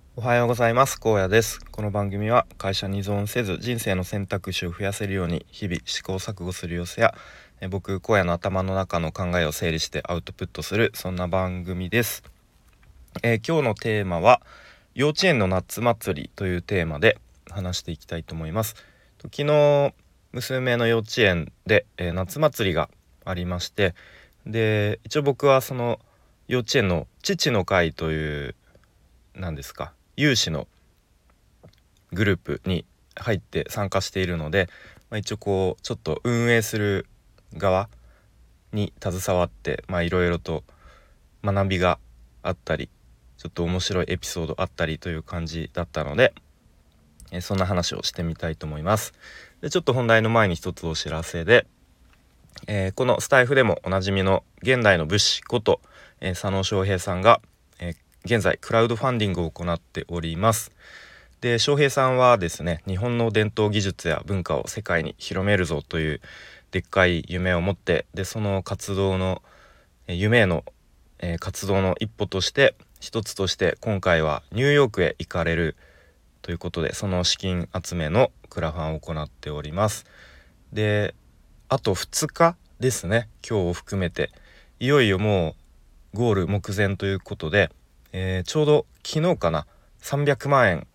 おはようございます。荒野です。この番組は会社に依存せず人生の選択肢を増やせるように日々試行錯誤する様子や僕荒野の頭の中の考えを整理してアウトプットするそんな番組です。今日のテーマは幼稚園の夏祭りというテーマで話していきたいと思います。昨日娘の幼稚園で、夏祭りがありまして、で一応僕はその幼稚園の父の会という何ですか有志のグループに入って参加しているので、一応こうちょっと運営する側に携わっていろいろと学びがあったりちょっと面白いエピソードあったりという感じだったので、そんな話をしてみたいと思います。でちょっと本題の前に一つお知らせで、このスタイフでもおなじみの現代の武士こと、佐野翔平さんが、現在クラウドファンディングを行っております。で翔平さんはですね、日本の伝統技術や文化を世界に広めるぞというでっかい夢を持って、でその活動の夢への、活動の一歩として一つとして今回はニューヨークへ行かれるということで、その資金集めのクラファンを行っております。であと2日ですね、今日を含めていよいよもうゴール目前ということで、ちょうど昨日かな、300万円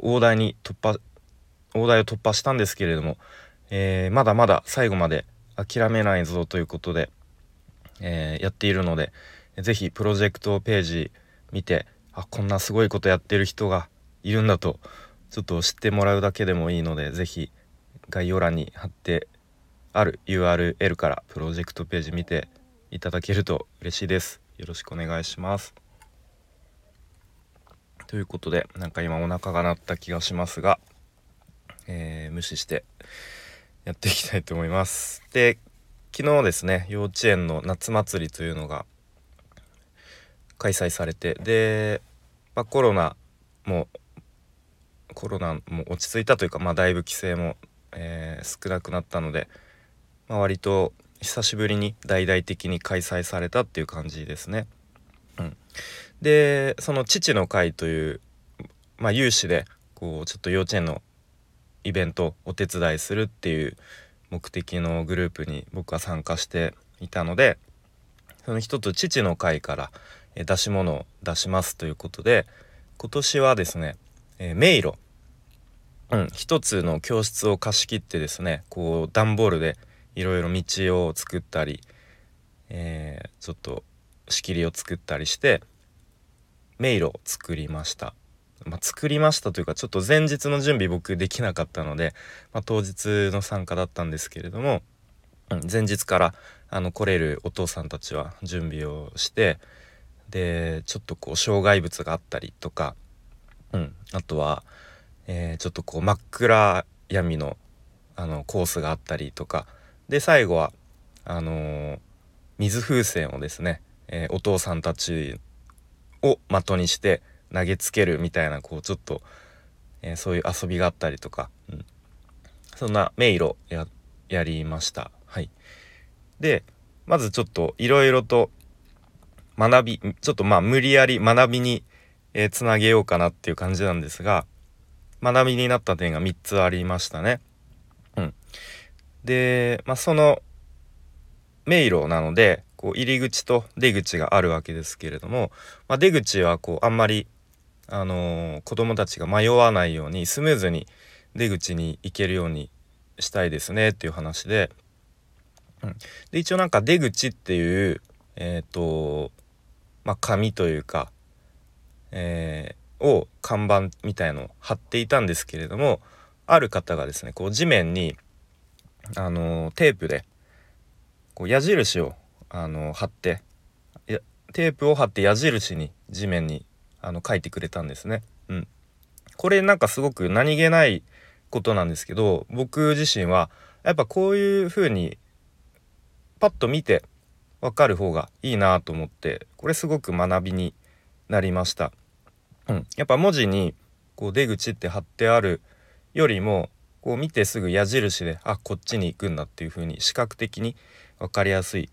大台を突破したんですけれども、まだまだ最後まで諦めないぞということで、やっているので、ぜひプロジェクトページ見て、こんなすごいことやってる人がいるんだとちょっと知ってもらうだけでもいいので、ぜひ概要欄に貼ってある URL からプロジェクトページ見ていただけると嬉しいです。よろしくお願いします。ということで、なんか今お腹が鳴った気がしますが、無視してやっていきたいと思います。で昨日ですね、幼稚園の夏祭りというのが開催されて、で、コロナも落ち着いたというか、だいぶ規制も、少なくなったので、割と久しぶりに大々的に開催されたっていう感じですね。でその父の会という、有志でこうちょっと幼稚園のイベントお手伝いするっていう目的のグループに僕は参加していたので、その一つ父の会から出し物を出しますということで、今年はですね、迷路、一つの教室を貸し切ってですね、こう段ボールでいろいろ道を作ったり、ちょっと仕切りを作ったりして迷路を作りました。作りましたというか、ちょっと前日の準備僕できなかったので、当日の参加だったんですけれども、前日から来れるお父さんたちは準備をして、でちょっとこう障害物があったりとか、あとは、ちょっとこう真っ暗闇のコースがあったりとかで、最後は水風船をですね、お父さんたちを的にして投げつけるみたいな、こうちょっと、そういう遊びがあったりとか、そんな迷路やりました。はい。でまずちょっといろいろとちょっと無理やり学びに、つなげようかなっていう感じなんですが、学びになった点が3つありましたね。で、その迷路なのでこう入り口と出口があるわけですけれども、出口はこうあんまり子供たちが迷わないようにスムーズに出口に行けるようにしたいですねっていう話で、で一応なんか出口っていう紙というか、看板みたいのを貼っていたんですけれども、ある方がですねこう地面にテープでこう矢印を貼ってテープを貼って矢印に地面に書いてくれたんですね。これなんかすごく何気ないことなんですけど、僕自身はやっぱこういう風にパッと見て分かる方がいいなと思って、これすごく学びになりました。やっぱ文字にこう出口って貼ってあるよりも、こう見てすぐ矢印でこっちに行くんだっていう風に視覚的に分かりやすい。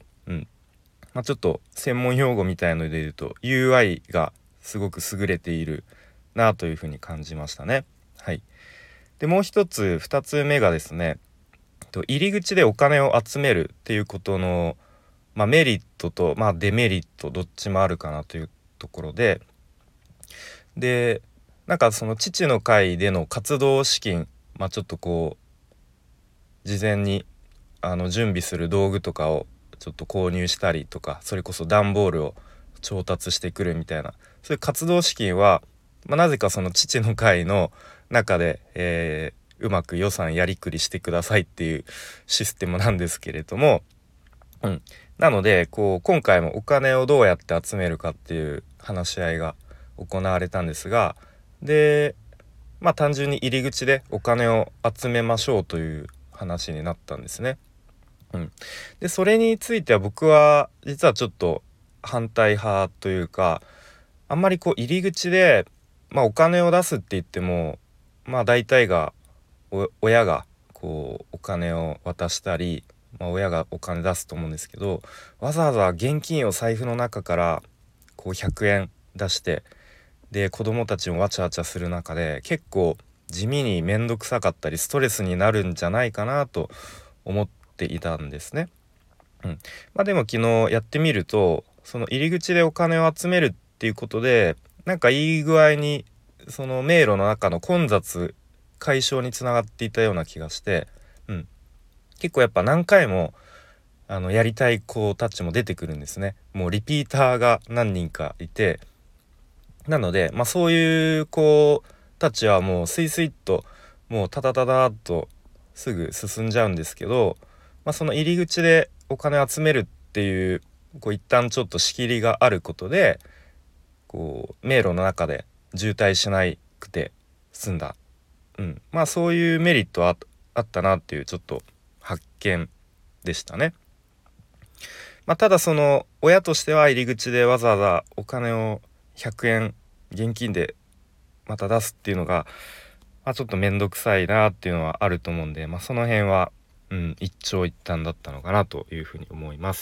ちょっと専門用語みたいので言うと UI がすごく優れているなというふうに感じましたね。はい。でもう一つ2つ目がですね、入り口でお金を集めるっていうことの、メリットと、デメリットどっちもあるかなというところでなんかその父の会での活動資金、ちょっとこう事前に準備する道具とかをちょっと購入したりとか、それこそ段ボールを調達してくるみたいな、そういう活動資金は、なぜかその父の会の中で、うまく予算やりくりしてくださいっていうシステムなんですけれども、なのでこう今回もお金をどうやって集めるかっていう話し合いが行われたんですが、で単純に入り口でお金を集めましょうという話になったんですね。でそれについては僕は実はちょっと反対派というか、あんまりこう入り口で、お金を出すって言っても大体が親がこうお金を渡したり、親がお金出すと思うんですけど、わざわざ現金を財布の中からこう100円出して、で子供たちもわちゃわちゃする中で結構地味に面倒くさかったりストレスになるんじゃないかなと思っていたんですね。でも昨日やってみると、その入り口でお金を集めるっていうことでなんかいい具合にその迷路の中の混雑解消につながっていたような気がして、結構やっぱ何回もやりたい子たちも出てくるんですね。もうリピーターが何人かいて、なので、そういう子たちはもうスイスイっともうタタタタっとすぐ進んじゃうんですけど、その入り口でお金を集めるっていう一旦ちょっと仕切りがあることでこう迷路の中で渋滞しなくて済んだ、そういうメリットはあったなっていうちょっと発見でしたね。ただその親としては入り口でわざわざお金を100円現金でまた出すっていうのが、ちょっと面倒くさいなっていうのはあると思うんで、その辺は、一長一短だったのかなというふうに思います。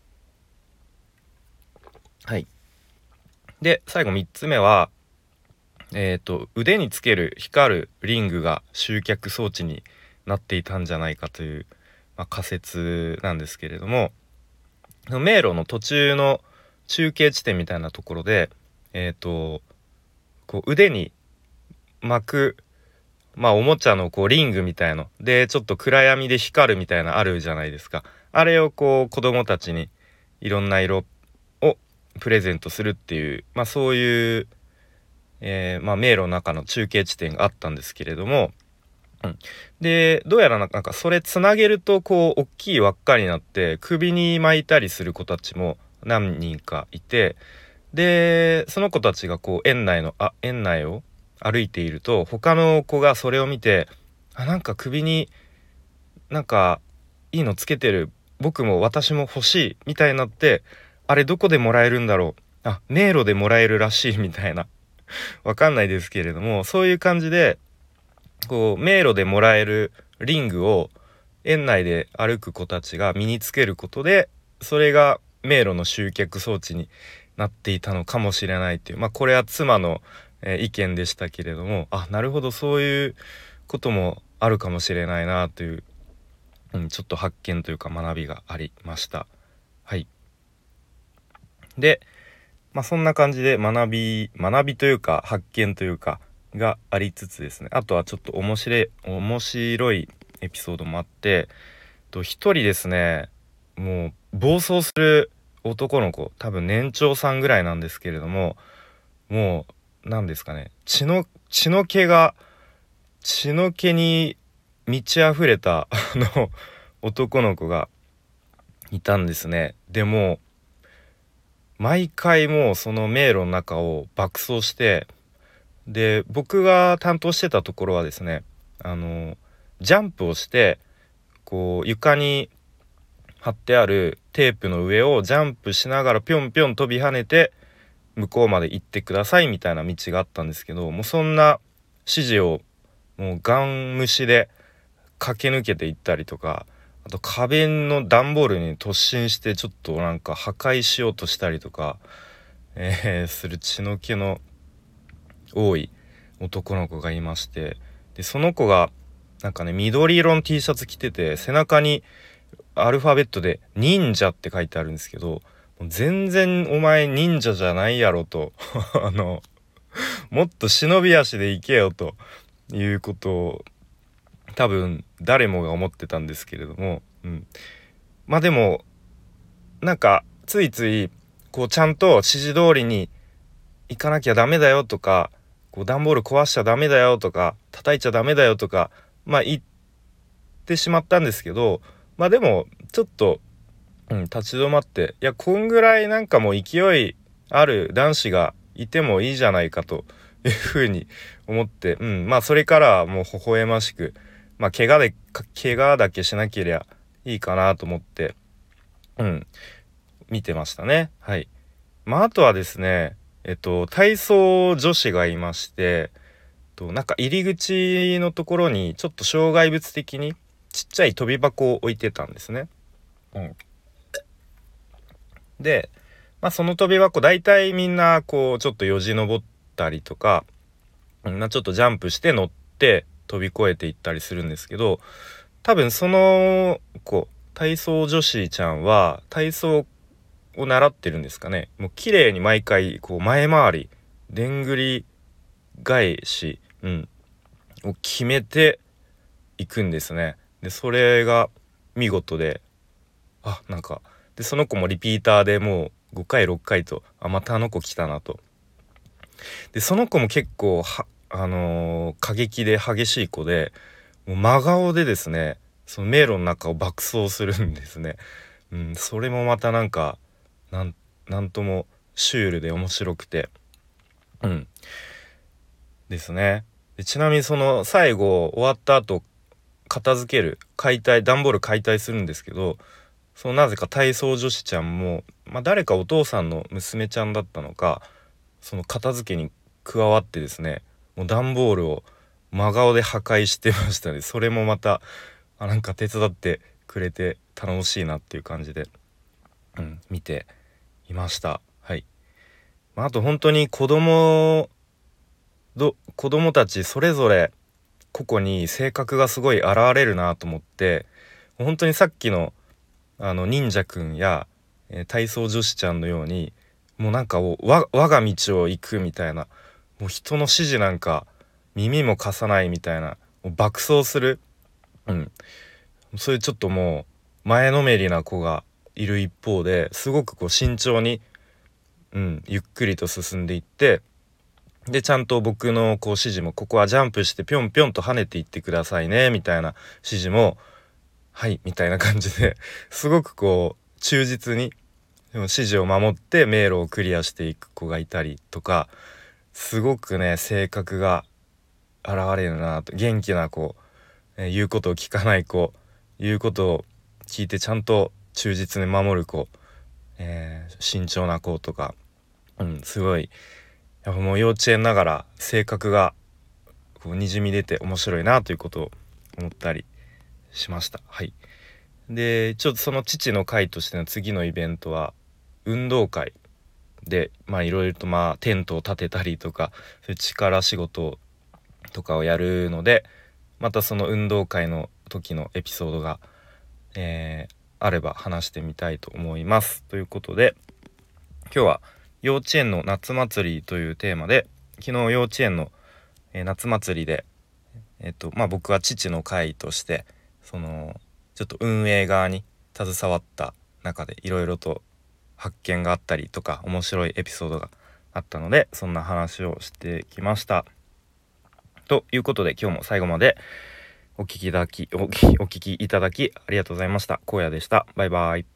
はい。で最後3つ目は、腕につける光るリングが集客装置になっていたんじゃないかという、仮説なんですけれども、迷路の途中の中継地点みたいなところで、こう腕に巻く、おもちゃのこうリングみたいのでちょっと暗闇で光るみたいなあるじゃないですか。あれをこう子供たちにいろんな色をプレゼントするっていう、そういう、迷路の中の中継地点があったんですけれども、でどうやらなんかそれつなげるとこう大きい輪っかになって首に巻いたりする子たちも何人かいて、でその子たちがこう園内を歩いていると他の子がそれを見て、なんか首になんかいいのつけてる、私も欲しいみたいになって、あれどこでもらえるんだろう、迷路でもらえるらしいみたいなわかんないですけれども、そういう感じでこう迷路でもらえるリングを園内で歩く子たちが身につけることで、それが迷路の集客装置になっていたのかもしれないっていう、これは妻の、意見でしたけれども、なるほどそういうこともあるかもしれないなという、ちょっと発見というか学びがありました。はい。で、そんな感じで学びというか発見というかがありつつですね、あとはちょっと面白いエピソードもあって、一人ですね、もう暴走する男の子、多分年長さんぐらいなんですけれども、もう何ですかね、血の気に満ち溢れた男の子がいたんですね。でも毎回もうその迷路の中を爆走して、で僕が担当してたところはですね、ジャンプをしてこう床に貼ってあるテープの上をジャンプしながらぴょんぴょん飛び跳ねて向こうまで行ってくださいみたいな道があったんですけど、もうそんな指示をもうガン無視で駆け抜けていったりとか、あと壁の段ボールに突進してちょっとなんか破壊しようとしたりとか、する血の気の多い男の子がいまして、でその子がなんかね緑色の T シャツ着てて、背中にアルファベットで忍者って書いてあるんですけど、もう全然お前忍者じゃないやろともっと忍び足で行けよということを多分誰もが思ってたんですけれども、まあでもなんかついついこうちゃんと指示通りに行かなきゃダメだよとか、こう段ボール壊しちゃダメだよとか叩いちゃダメだよとか言ってしまったんですけど、でもちょっと、立ち止まって、いやこんぐらいなんかもう勢いある男子がいてもいいじゃないかというふうに思って、それからはもう微笑ましく、怪我だけしなけりゃいいかなと思って、見てましたね。はい。あとはですね、体操女子がいまして、なんか入り口のところにちょっと障害物的にちっちゃい跳び箱を置いてたんですね。で、その跳び箱大体みんなこうちょっとよじ登ったりとか、ちょっとジャンプして乗って飛び越えていったりするんですけど、多分その子体操女子ちゃんは体操を習ってるんですかね。もう綺麗に毎回こう前回りでんぐり返し、を決めていくんですね。でそれが見事で、なんかでその子もリピーターでもう5回6回とまたあの子来たなと。でその子も結構過激で激しい子で、もう真顔でですねその迷路の中を爆走するんですね。それもまたなんかなんともシュールで面白くてですね。でちなみにその最後終わった後片付ける段ボール解体するんですけど、そのなぜか体操女子ちゃんも、誰かお父さんの娘ちゃんだったのか、その片付けに加わってですね、もう段ボールを真顔で破壊してましたね。それもまたなんか手伝ってくれて頼もしいなっていう感じで、見ていました。はい。あと本当に子供たちそれぞれ個々に性格がすごい現れるなと思って、本当にさっきの忍者くんや、体操女子ちゃんのようにもうなんか我が道を行くみたいな、もう人の指示なんか耳も貸さないみたいな、もう爆走する、そういうちょっともう前のめりな子がいる一方で、すごくこう慎重に、ゆっくりと進んでいって、でちゃんと僕のこう指示も、ここはジャンプしてぴょんぴょんと跳ねていってくださいねみたいな指示もはいみたいな感じですごくこう忠実に指示を守って迷路をクリアしていく子がいたりとか、すごくね性格が現れるなと。元気な子、言うことを聞かない子、言うことを聞いてちゃんと忠実に守る子、慎重な子とか、すごいやっぱもう幼稚園ながら性格がこうにじみ出て面白いなということを思ったりしました。はい。でちょっとその父の会としての次のイベントは運動会で、いろいろとテントを立てたりとか、そういう力仕事とかをやるので、またその運動会の時のエピソードが、あれば話してみたいと思います。ということで今日は幼稚園の夏祭りというテーマで、昨日幼稚園の、夏祭りで、僕は父の会としてそのちょっと運営側に携わった中でいろいろと発見があったりとか面白いエピソードがあったので、そんな話をしてきました。ということで今日も最後までお聞きいただきありがとうございました。荒野でした。バイバイ。